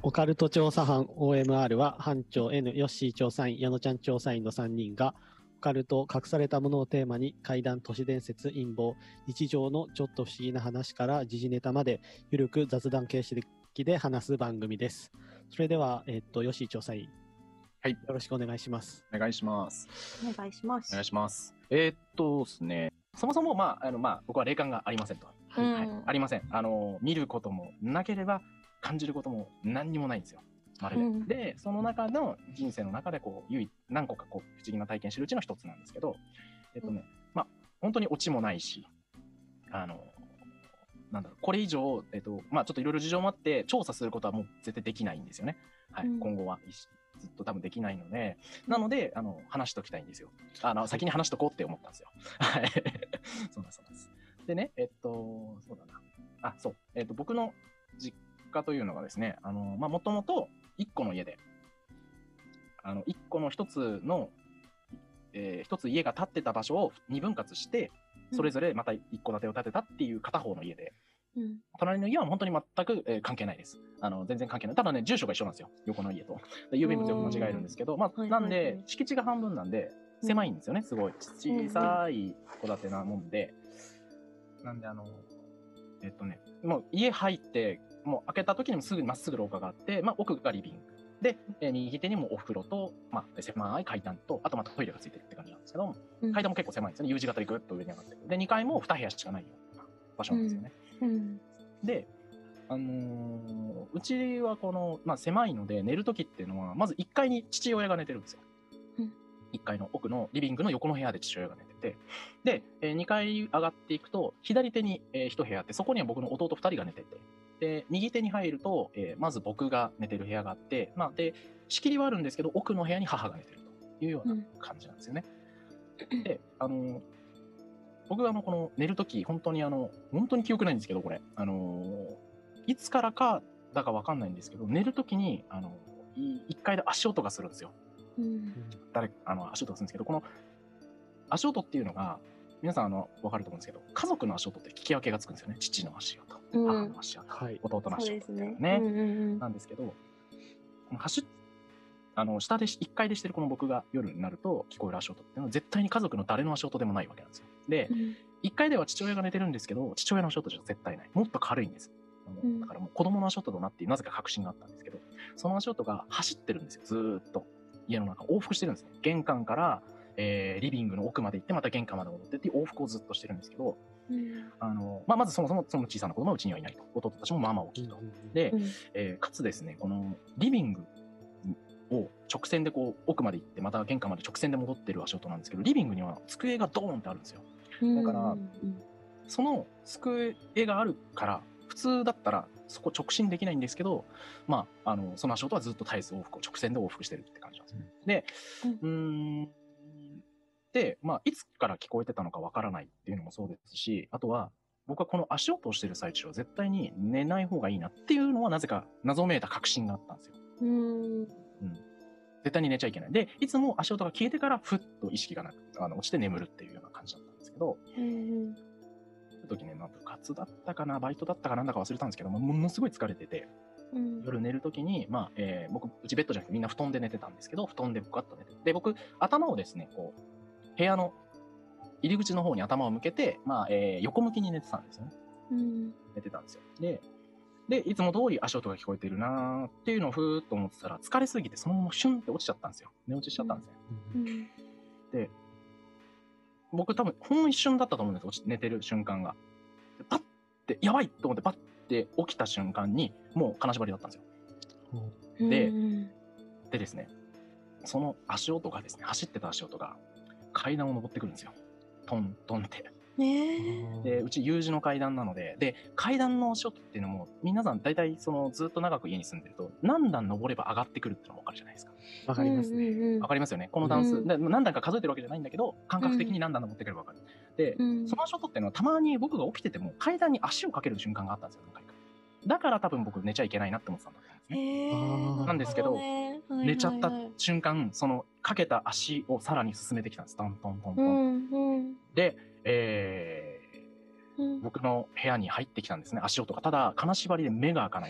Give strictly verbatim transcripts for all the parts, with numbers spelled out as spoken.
オカルト調査班 オーエムアール は班長 N、ヨッシー調査員、矢野ちゃん調査員のさんにんがオカルト、隠されたものをテーマに怪談、都市伝説、陰謀、日常のちょっと不思議な話から時事ネタまでゆるく雑談形式で話す番組です。それでは、えっと、ヨッシー調査員、 はい、 よろしくお願いします。 お願いします。 お願いします。 お願いします。えー、っとですね、そもそも、まあ、あの、まあ、僕は霊感がありませんと。 うん、 はい、ありません。あの、見ることもなければ、感じることも何にもないんですよ。まるで。うん、で、その中の人生の中で、こう、唯一、何個かこう、不思議な体験してるうちの一つなんですけど、えっとね、うん、まあ、本当にオチもないし、あの、なんだろう、これ以上、えっと、まあ、ちょっといろいろ事情もあって、調査することはもう絶対できないんですよね。はい、うん、今後は。ずっと多分できないので、なので、あの、話しときたいんですよ。あの、先に話しとこうって思ったんですよ。はい。そうなんです、そうなんです。でね、えっと、そうだな。あ、そう。えっと、僕の実家というのがですね、あの、まあ、もともと一個の家で、あの、一個の一つの、えー、一つ家が建ってた場所を二分割して、それぞれまた一戸建てを建てたっていう片方の家で、うん、隣の家は本当に全く、えー、関係ないです。あの、全然関係ない。ただね、住所が一緒なんですよ。横の家と。郵便物よく間違えるんですけど、まあ、なんで、敷地が半分なんで、狭いんですよね、すごい。小さい戸建てなもんで。なんで、あの、えっとね、もう家入って、もう開けた時にもすぐまっすぐ廊下があって、まあ、奥がリビング。で、えー、右手にもお風呂と、まあ、狭い階段と、あとまたトイレがついてるって感じなんですけど、うん、階段も結構狭いんですよね。U 字型でぐっと上に上がってる。で、にかいもに部屋しかないような場所なんですよね。うんうん、で、あのー、うちはこの、まあ、狭いので寝るときっていうのは、まずいっかいに父親が寝てるんですよ。うん、いっかいの奥のリビングの横の部屋で父親が寝てて、で、えー、にかい上がっていくと、左手に、えー、いち部屋あって、そこには僕の弟ふたりが寝てて、で、右手に入ると、えー、まず僕が寝てる部屋があって、まあ、で、仕切りはあるんですけど、奥の部屋に母が寝てるというような感じなんですよね。うん、で、あのー、僕があの、この寝るとき、本当にあの、本当に記憶ないんですけど、これ。あのー、いつからかだかわかんないんですけど、寝るときに、あの、いっかいで足音がするんですよ。うん、誰、あの、足音がするんですけど、この、足音っていうのが、皆さん、あの、わかると思うんですけど、家族の足音って聞き分けがつくんですよね。父の足音、うん、母の足音、はい、弟の足音っていうのね。うんうんうん、なんですけど、この走っあの、下で、いっかいでしてるこの僕が夜になると聞こえる足音っていうのは絶対に家族の誰の足音でもないわけなんですよ。で、うん、いっかいでは父親が寝てるんですけど、父親の足音じゃ絶対ない。もっと軽いんです。うん、だからもう子供の足音だなっていう、なぜか確信があったんですけど、その足音が走ってるんですよ。ずーっと。家の中往復してるんですね。玄関から、えー、リビングの奥まで行って、また玄関まで戻ってっていう往復をずっとしてるんですけど、うん、あの、まあ、まずそもそもその小さな子供はうちにはいないと。弟たちもまあまあ大きいと。で、うん、えー、かつですね、このリビングを直線でこう奥まで行ってまた玄関まで直線で戻ってる足音なんですけど、リビングには机がドーンってあるんですよ。だから、その机があるから普通だったらそこ直進できないんですけど、まあ、あのその足音はずっと絶えず往復を直線で往復してるって感じなんですよね。で、うーんで、まあ、いつから聞こえてたのかわからないっていうのもそうですし、あとは僕はこの足音をしてる最中は絶対に寝ない方がいいなっていうのはなぜか謎めいた確信があったんですよ。うーんうん、絶対に寝ちゃいけない。で、いつも足音が消えてからふっと意識がなくあの落ちて眠るっていうような感じだったんですけど、うん、その時ね、まあ、部活だったかな、バイトだったかなんだか忘れたんですけど、ものすごい疲れてて、うん、夜寝る時に、まあえー、僕うちベッドじゃなくてみんな布団で寝てたんですけど、布団でガッと寝てで、僕頭をですね、こう部屋の入り口の方に頭を向けて、まあえー、横向きに寝てたんですよね。うん、寝てたんですよ。でで、いつも通り足音が聞こえてるなーっていうのをふーっと思ってたら、疲れすぎてそのままシュンって落ちちゃったんですよ。寝落ちしちゃったんですね。うん、で、僕多分ほんの一瞬だったと思うんですよ。寝てる瞬間が。パッて、やばいと思ってパッて起きた瞬間に、もう金縛りだったんですよ。で、でですね、その足音がですね、走ってた足音が階段を登ってくるんですよ。トントンって。で、うち U 字の階段なので、で、階段の足音っていうのも、皆さん大体そのずっと長く家に住んでると、何段登れば上がってくるっていうのも分かるじゃないですか。 わかりますね。 分かりますよね。この段数。で何段か数えてるわけじゃないんだけど、感覚的に何段登ってくれば分かる。で、その足音っていうのはたまに僕が起きてても階段に足をかける瞬間があったんですよ。何回か。だから多分僕寝ちゃいけないなって思ってたんだと思うんですね。なんですけど、寝ちゃった瞬間、そのかけた足をさらに進めてきたんです。トントントントン。で、えー、僕の部屋に入ってきたんですね、足音が。ただ金縛りで目が開かないんです。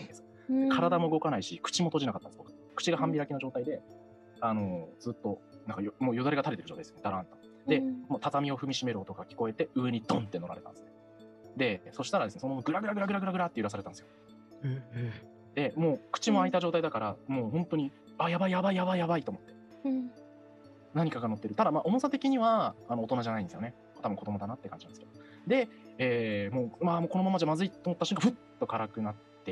体も動かないし、口も閉じなかったんです、僕。口が半開きの状態で、あの、ずっと、なんかよ、もうよだれが垂れてる状態ですね、だらんと。で、もう畳を踏みしめる音が聞こえて、上にドンって乗られたんですね。で、そしたらですね、そのままグラグラグラグラグラグラって揺らされたんですよ。で、もう口も開いた状態だから、もう本当に、あ、やばいやばいやばいやばいと思って。何かが乗ってる。ただ、まあ、重さ的には、あの、大人じゃないんですよね。多分子供だなって感じなんですけど。で、えー、もう、まあ、もうこのままじゃまずいと思った瞬間、ふっと辛くなって、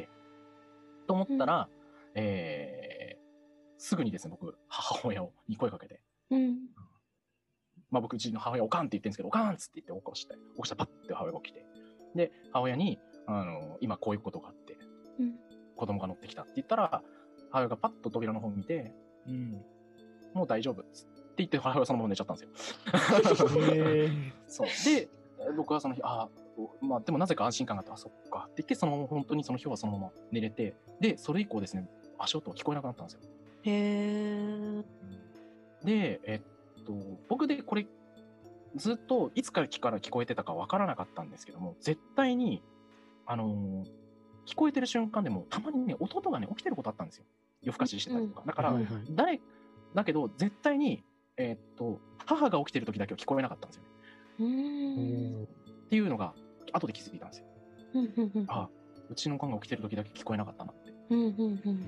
と思ったら、うん、えー、すぐにですね、僕、母親に声かけて、うん、まあ、僕、うちの母親、おかんって言ってるんですけど、おかんっつって言って起こして、起こしたらパッて母親が起きて、で、母親に、あの、今こういうことがあって、うん、子供が乗ってきたって言ったら、母親がパッと扉の方を見て、うん、もう大丈夫っつって言って、母親はそのまま寝ちゃったんですよ。へーそう。で、僕はその日、ああ、まあ、でもなぜか安心感があって、あ、そっかって言って、そのまま本当にその日はそのまま寝れて、で、それ以降ですね、足音は聞こえなくなったんですよ。へー。で、えっと、僕でこれ、ずっといつから聞こえてたかわからなかったんですけども、絶対に、あのー、聞こえてる瞬間でも、たまにね、弟がね、起きてることあったんですよ。夜更かししてたりとか。うん、だから、はいはい、誰、だけど、絶対に、えー、っと、母が起きてる時だけは聞こえなかったんですよね。うーんっていうのが、後で気づいたんですよ。あ、うちのおかんが起きてる時だけ聞こえなかったなって。うんうんうんうん、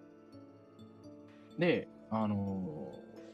で、あの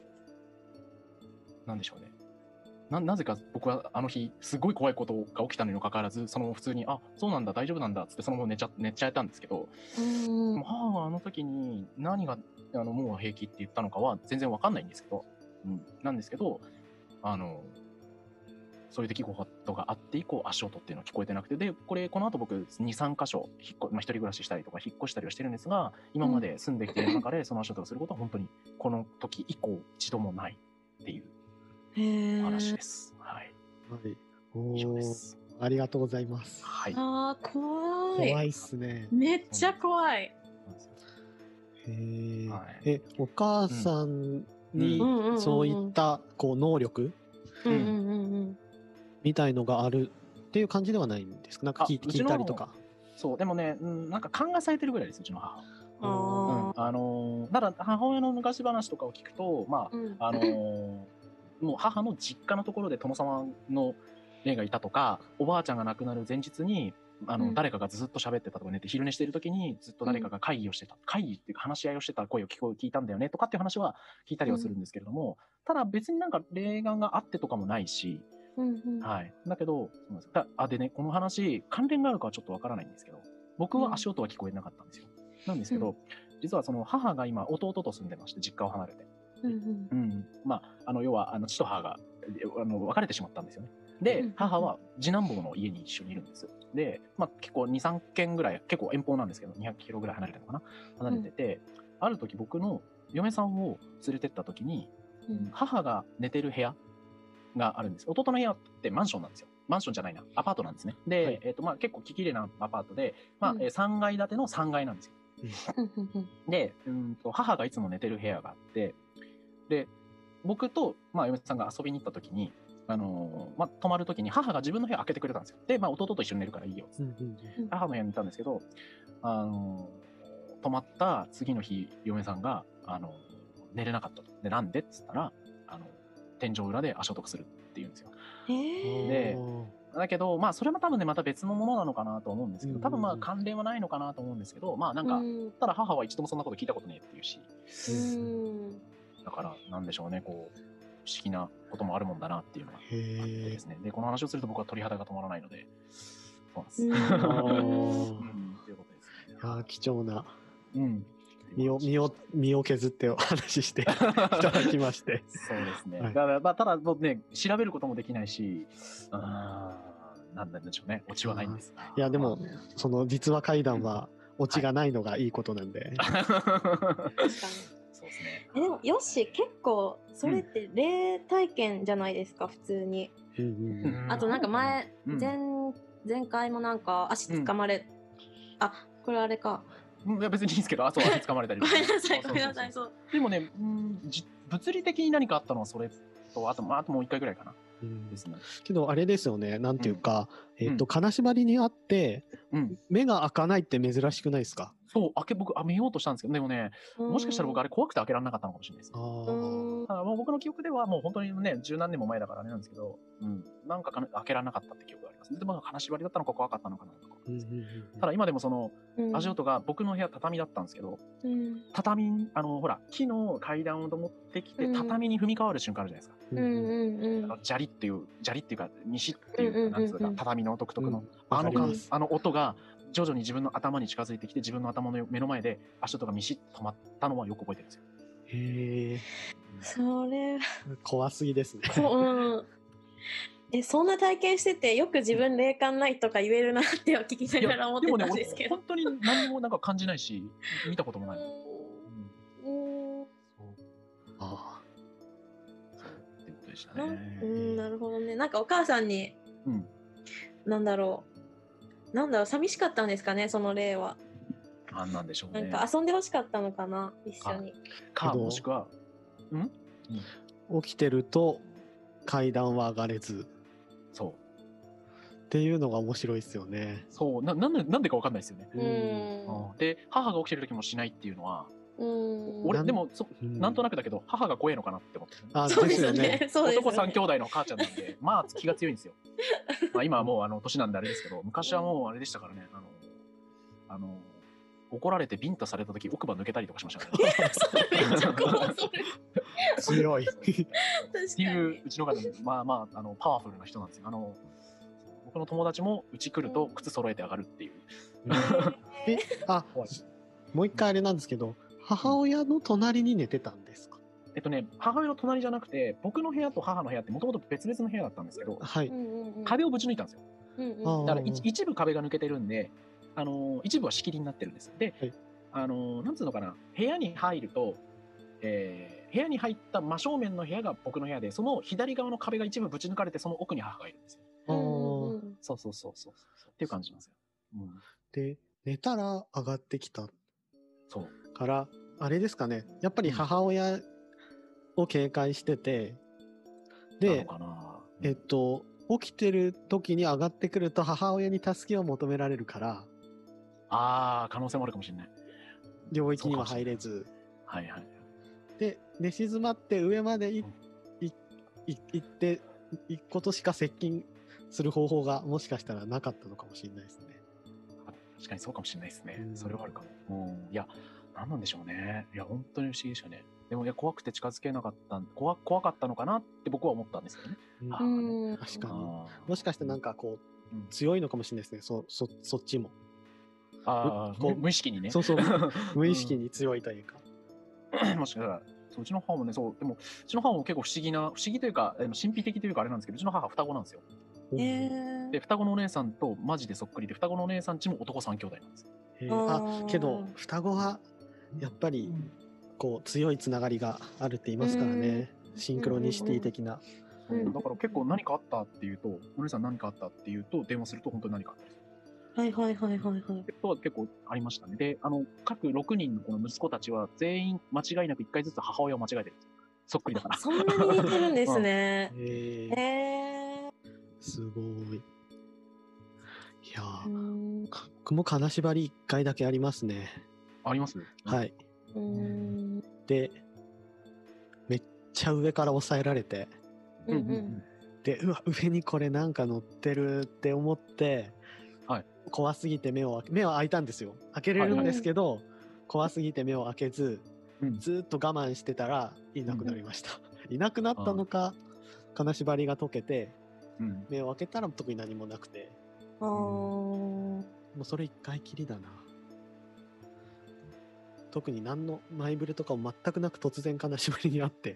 ー、なんでしょうね。な、なぜか僕はあの日、すごい怖いことが起きたのにもかかわらず、そのまま普通に、あ、そうなんだ、大丈夫なんだ、つってそのまま寝ちゃ、寝ちゃえたんですけど、うん、母があの時に何が、あの、もう平気って言ったのかは全然わかんないんですけど、うん、なんですけど、あの、そういう出来事があって以降、足音っていうのは聞こえてなくて、で、これ、この後僕、に、さん箇所、引っこ、まあ、一人暮らししたりとか、引っ越したりはしてるんですが、今まで住んできている中で、その足音がすることは本当に、この時以降、一度もないっていうお話です。はい。 はい。お以上です。ありがとうございます。 はい。あー、怖い。 怖いっすね。 めっちゃ怖い。 へー、はい、え、お母さんに、そういった、こう、能力、うんうんうんうんみたいのがあるっていう感じではないんですか？なんか聞い、聞いたりとか。 そう、でもね、うん、なんか勘がされてるぐらいです、うちの母。あ、うん、あのー、ただ母親の昔話とかを聞くと、まあ、うん、あのー、もう母の実家のところで殿様の霊がいたとか、おばあちゃんが亡くなる前日に、あの、うん、誰かがずっと喋ってたとか寝て昼寝してる時にずっと誰かが会議をしてた、うん、会議っていうか話し合いをしてた声を聞こ聞いたんだよねとかっていう話は聞いたりはするんですけれども、うん、ただ別になんか霊眼があってとかもないし、うんうん、はい。だけど、そうなんです。だあ、でね、この話、関連があるかはちょっとわからないんですけど、僕は足音は聞こえなかったんですよ。うん、なんですけど、実はその母が今、弟と住んでまして、実家を離れて。うんうんうん、まあ、あの、要は、あの、父と母が、あの、別れてしまったんですよね。で、母は次男坊の家に一緒にいるんです。で、まあ、結構に、さんけんぐらい、結構遠方なんですけど、にひゃくキロぐらい離れてるのかな離れてて、うん、ある時僕の嫁さんを連れてった時に、うん、母が寝てる部屋があるんです。弟の部屋ってマンションなんですよ。マンションじゃないな。アパートなんですね。で、はい、えっと、まあ、結構綺麗なアパートで、まあ、うん、さんがい建てのさんがいなんですよ。で、うんと、母がいつも寝てる部屋があって、で、僕と、まあ、嫁さんが遊びに行った時に、あのー、まあ、泊まる時に母が自分の部屋開けてくれたんですよ。で、まあ、弟と一緒に寝るからいいよ。母の部屋に寝たんですけど、あのー、泊まった次の日、嫁さんが、あのー、寝れなかったと。で、なんでっつったら、あの、天井裏で足音がするって言うんですよ。で、だけど、まあ、それも多分ね、また別のものなのかなと思うんですけど、多分まあ、関連はないのかなと思うんですけど、まあ、なんか、ただ母は一度もそんなこと聞いたことねえって言うし、だから、なんでしょうね、こう、不思議なこともあるもんだなっていうのがあってですね。で、この話をすると僕は鳥肌が止まらないので、そうなんです。うん、ということですね。 いや、貴重な。うん。身を、身を、身を削ってお話ししていただきまして。 そうですね。はい、だから、まあ、ただ、もうね、調べることもできないし、あなんなんでしょうね。オチはないんですが。 いや、でも、その実話怪談は、オチがないのがいいことなんで。 はい、確かに。そうですね。え、でも、よし、結構、それって霊体験じゃないですか、普通に。うん、あと、なんか前、うん、前、前回もなんか、足つかまれ、うん、あ、これあれか。 いや別にいいんですけど、あとは掴まれたりとか。 ごめんなさい、ごめんなさい、そう。 でもね、うん、じ物理的に何かあったのはそれと、あと、まあ、あともう一回ぐらいかな。うん、ですね。 けど、あれですよね、なんていうか、うん、えっと、金縛りにあって、うん、目が開かないって珍しくないですか？ そう、開け、僕、あ、見ようとしたんですけど、でもね、もしかしたら僕あれ怖くて開けられなかったのかもしれないです。だからもう僕の記憶ではもう本当にね、十何年も前だからあれなんですけど、うん、なんかか開けられなかったって記憶があります。でも金縛りだったのか怖かったのかなとか。ただ今でもその、足音が僕の部屋畳だったんですけど、うん、畳、あの、ほら、木の階段を持ってきて畳に踏み変わる瞬間あるじゃないですか。うんうんうん、砂利っていう、砂利っていうか、西っていうか、なんつうか、畳の独特の、うん、あの感、あの音が、徐々に自分の頭に近づいてきて、自分の頭の目の前で足音がミシッと止まったのはよく覚えてるんですよ。 へえ。 それ怖すぎですね。 うん。え、そんな体験しててよく自分霊感ないとか言えるなって聞きながら思ってたんですけど。 でもね、本当に何もなんか感じないし、見たこともない。うん。 うん。 そう。ああ。そうってことでしたね。 うん、なるほどね。なんかお母さんに、うん、なんだろう。なんだろう、寂しかったんですかね、その霊は。 なんなんでしょうね。 なんか遊んでほしかったのかな、一緒に。 か、もしくは、ん、 うん、起きてると階段は上がれず。 そう。 っていうのが面白いですよね。 そう、な、なんで、なんでかわかんないですよね。うん。で、母が起きてる時もしないっていうのは、うん俺、でもそ、なんとなくだけど、母が怖いのかなって思って。 あ、そうですよね。 男三兄弟の母ちゃんなんで、まあ気が強いんですよ。まあ今はもうあの年なんであれですけど、昔はもうあれでしたからね、あの、あの、怒られてビンタされた時奥歯抜けたりとかしましたね。 めっちゃ怖そう。 強い。 っていううちの方、まあまあ、あの、パワフルな人なんですよ。あの、僕の友達もうち来ると靴揃えて上がるっていう。 え、あ、もう一回あれなんですけど、母親の隣に寝てたんですか？ えっとね、母親の隣じゃなくて、僕の部屋と母の部屋ってもともと別々の部屋だったんですけど、 はい、 壁をぶち抜いたんですよ。だから一部壁が抜けてるんで、あのー、一部は仕切りになってるんです。で、はい、あのー、なんつうのかな、部屋に入ると、えー、部屋に入った真正面の部屋が僕の部屋で、その左側の壁が一部ぶち抜かれて、その奥に母がいるんですよ。そうそうそうそう。っていう感じなんですよ。うん、 で、寝たら上がってきた。 そう。 から、あれですかね。やっぱり母親を警戒してて、うん、で、うん、えっと、起きてる時に上がってくると母親に助けを求められるから、 ああ、可能性もあるかもしれない。 領域には入れず。 はいはい。 で、寝静まって上までい、うん、い、い、行って、行くことしか接近する方法がもしかしたらなかったのかもしれないですね。 確かにそうかもしれないですね。うん、それはあるかも。うん、いや、なんなんでしょうね。いや、本当に不思議でしたね。でも、いや、怖くて近づけなかった、怖、怖かったのかなって僕は思ったんですけどね。 うん、ね、確かに。もしかしてなんかこう、うん、強いのかもしれないですね。そ、そ、そっちも。 ああ、無意識にね。 そうそう。無意識に強いというか。 うん、もしかしたら、そう、うちの母もね、そう、でも、うちの母も結構不思議な、不思議というか、神秘的というかあれなんですけど、うちの母は双子なんですよ。で、双子のお姉さんとマジでそっくりで、双子のお姉さんちも男三兄弟なんです。 あ、けど、双子は、やっぱり、こう、強いつながりがあるって言いますからね。シンクロニシティ的な。 うん、だから結構何かあったっていうと、お姉さん何かあったっていうと、電話すると本当に何かあったりする。 はいはいはいはいはい。 とは結構ありましたね。で、あの、各ろくにんのこの息子たちは全員間違いなくいっかいずつ母親を間違えてるんですよ。そっくりだから。 そんなに似てるんですね。 うん、へー。へー。すごい。いやー、僕も金縛りいっかいだけありますね。 あります？ はい。うーん。で、めっちゃ上から押さえられて、うんうん、で、うわ、上にこれなんか乗ってるって思って、はい、怖すぎて目を、目は開いたんですよ。開けれるんですけど、はいはい、怖すぎて目を開けず、うん、ずっと我慢してたらいなくなりました。うん、いなくなったのか、金縛りが解けて、うん、目を開けたら特に何もなくて。あー、もうそれ一回きりだな。特に何の前触れとかも全くなく突然金縛りにあって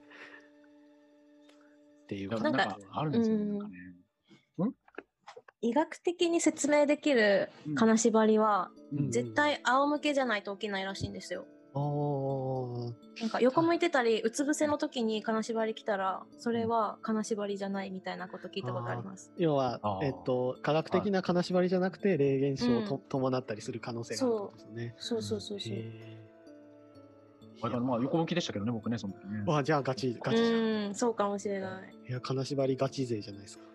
っていう感じ。 なんかあるんですよね。なんかね。 ん？医学的に説明できる金縛りは、うん、絶対仰向けじゃないと起きないらしいんですよ。ああ。なんか横向いてたりうつ伏せの時に金縛り来たらそれは金縛りじゃないみたいなこと聞いたことあります。 要はえっと科学的な金縛りじゃなくて霊現象をと、うん、伴ったりする可能性があるってことですね。 そうそうそうそう。 あれまあ横向きでしたけどね、僕ね、その時ね。 あ、じゃあガチ、ガチじゃん。 うん、そうかもしれない。 いや、金縛りガチ勢じゃないですか。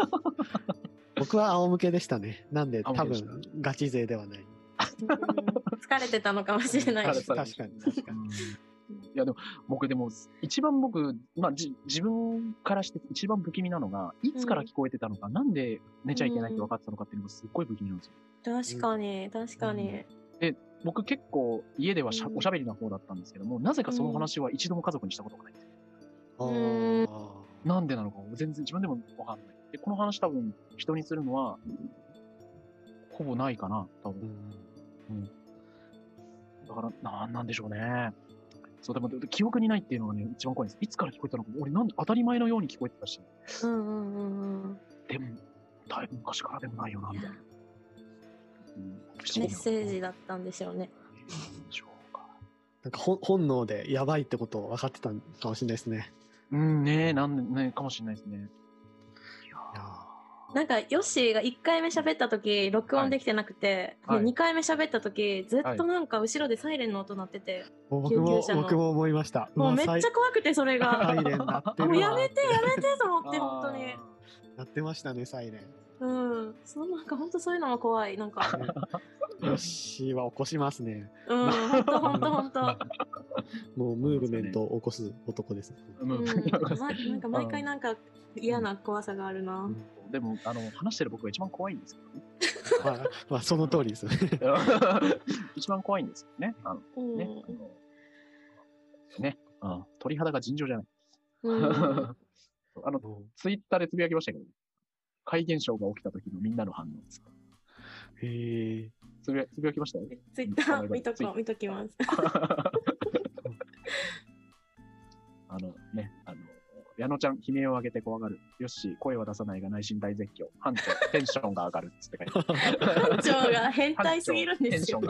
僕は仰向けでしたね。なんで多分ガチ勢ではない。 疲れてたのかもしれないです。 確かに確かに。 いやでも僕でも一番僕、まあ、じ自分からして一番不気味なのがいつから聞こえてたのか、うん、なんで寝ちゃいけないって分かってたのかっていうのがすっごい不気味なんですよ。 確かに確かに。 で僕結構家ではしゃ、うん、おしゃべりな方だったんですけども、なぜかその話は一度も家族にしたことがないんですよ。 うん、 なんでなのか全然自分でも分かんない。でこの話多分人にするのはほぼないかな多分。うん、だからなんなんでしょうね。そうでも記憶にないっていうのがね一番怖いんです。いつから聞こえたのか俺なんで当たり前のように聞こえてたし、 うんうんうんうん、 でもだいぶ昔からでもないよなみたいな、 うん、メッセージだったんでしょうね。 なんか本能でやばいってことを分かってたのかもしれないですね。 うんね、なんでねかもしれないですね。いやなんかヨッシーがいっかいめ喋った時録音できてなくて、はい、でにかいめ喋った時ずっとなんか後ろでサイレンの音鳴ってて、 はい、僕も僕も思いました。 もうめっちゃ怖くてそれがサイレン鳴ってる。 もうやめてやめてと思って本当に鳴ってましたねサイレン。 うん、そのなんか本当そういうのも怖いなんか。 ヨッシーは起こしますね。 うん、本当本当本当。 もうムーブメントを起こす男です。 うん、ま、なんか毎回なんか嫌な怖さがあるな。うん、 でもあの話してる僕が一番怖いんですけどね。 まあ、まあその通りですね。 一番怖いんですよね。あのうん、ね、あのね、うん、鳥肌が尋常じゃない。うん、あのツイッターでつぶやきましたけど、ね、怪現象が起きた時のみんなの反応です。 へえ。 つぶやつぶやきましたよ。 ツイッター見とこ見ときます。 あのね、あの矢野ちゃん悲鳴を上げて怖がる。よし声は出さないが内心大絶叫。班長テンションが上がるっつって書いてある。 班長が変態すぎるんですよ。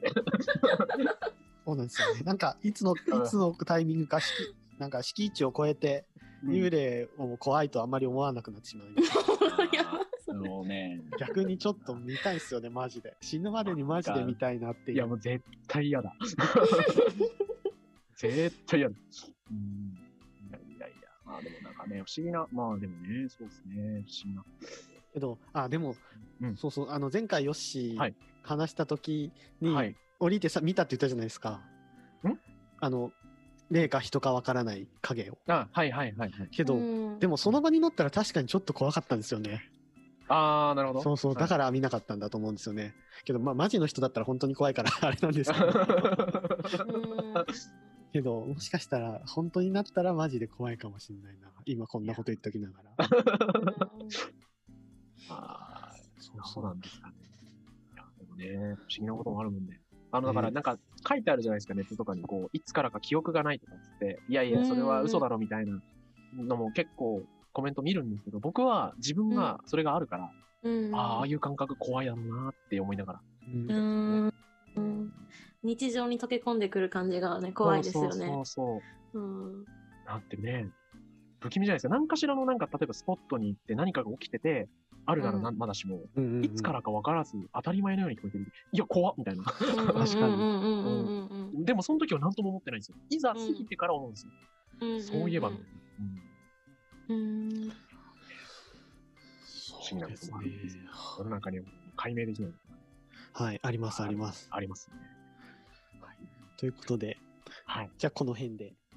そうなんですよね。なんかいつのいつのタイミングか敷なんか敷地を超えて幽霊を怖いとあんまり思わなくなってしまう。 もうね、 逆にちょっと見たいっすよねマジで。死ぬまでにマジで見たいなっていう。 いやもう絶対嫌だ。絶対嫌だ。うん。いやいやいや、まあでもなんかね不思議な、まあでもねそうですね不思議な。 けどあでも、うん、そうそうあの前回ヨッシー、はい、話した時に、はい、降りてさ見たって言ったじゃないですか。 ん？ あの霊か人かわからない影を。 あはいはいはい、はい。 けどでもその場に乗ったら確かにちょっと怖かったんですよね。 ああなるほど。 そうそうだから見なかったんだと思うんですよね。けどまあマジの人だったら本当に怖いからあれなんですけど。けどもしかしたら本当になったらマジで怖いかもしれないな。今こんなこと言っときながら。 ああそうそうなんですかね。いやでもね不思議なこともあるもんで。あのだからなんか書いてあるじゃないですかネットとかにこういつからか記憶がないとかっつっていやいやそれは嘘だろみたいなのも結構コメント見るんですけど僕は自分がそれがあるから、うん、ああああいう感覚怖いだろうなって思いながら、 うん、うん、日常に溶け込んでくる感じがね怖いですよね。 そうそうそう、うん、だってね不気味じゃないですか。何かしらのなんか例えばスポットに行って何かが起きててあるならな、うん、まだしも、うんうんうん、いつからか分からず当たり前のように聞こえてるいや怖っみたいな確かにでもその時は何とも思ってないんですよ。いざ過ぎてから思うんですよ、うん、そういえばみたいな、うんうん、不思議なこともあるんですよ。世の中には解明できない。 はい、ありますあります。 ありますね。 はい、ということで、はい、じゃあこの辺で。